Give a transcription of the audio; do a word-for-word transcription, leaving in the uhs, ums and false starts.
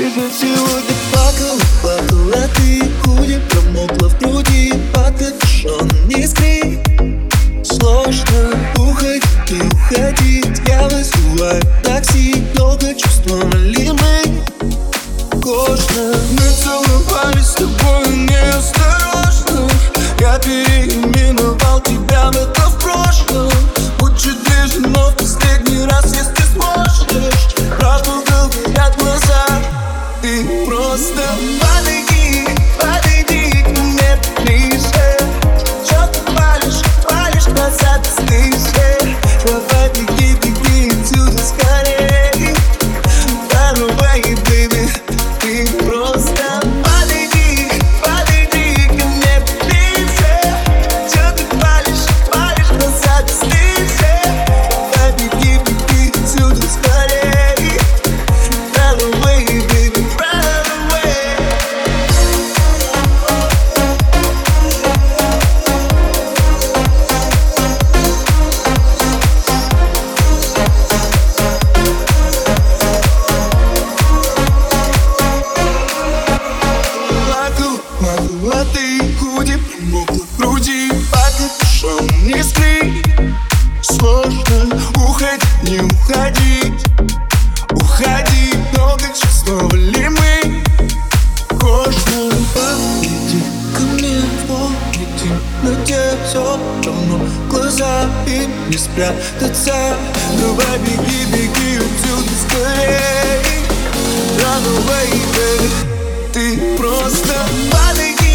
же сегодня плакал, плакал, а ты худи промокла в груди под капюшоном, не скри. Сложно уходить и уходить, я вызываю такси, долго чувствовали мы кожно. Мы целовались с тобой неосторожно, я переименовал тебя в это в прошлом. Будь чуть ближе, но в последний раз, если сможешь. Правду говорят глаза, ты просто подойди, подойди к мне ближе. Чё ты палишь, палишь глаза бесстыже. Давай беги, беги отсюда скорей. Run away, baby, ты просто подойди, подойди ко мне ближе. Чё ты палишь, палишь глаза бесстыже. Давай беги, беги отсюда скорей. Run away, baby, run away. Плакал, плакал, а ты худи промокла в груди под капюшоном, не скри. Сложно уходить, не уходить. Уходи, долго чувствовали мы кожно. Подойди ко мне, помните, но тебе все равно глаза и не спрятаться. Давай беги, беги отсюда скорей. Run away, baby, ты просто подойди.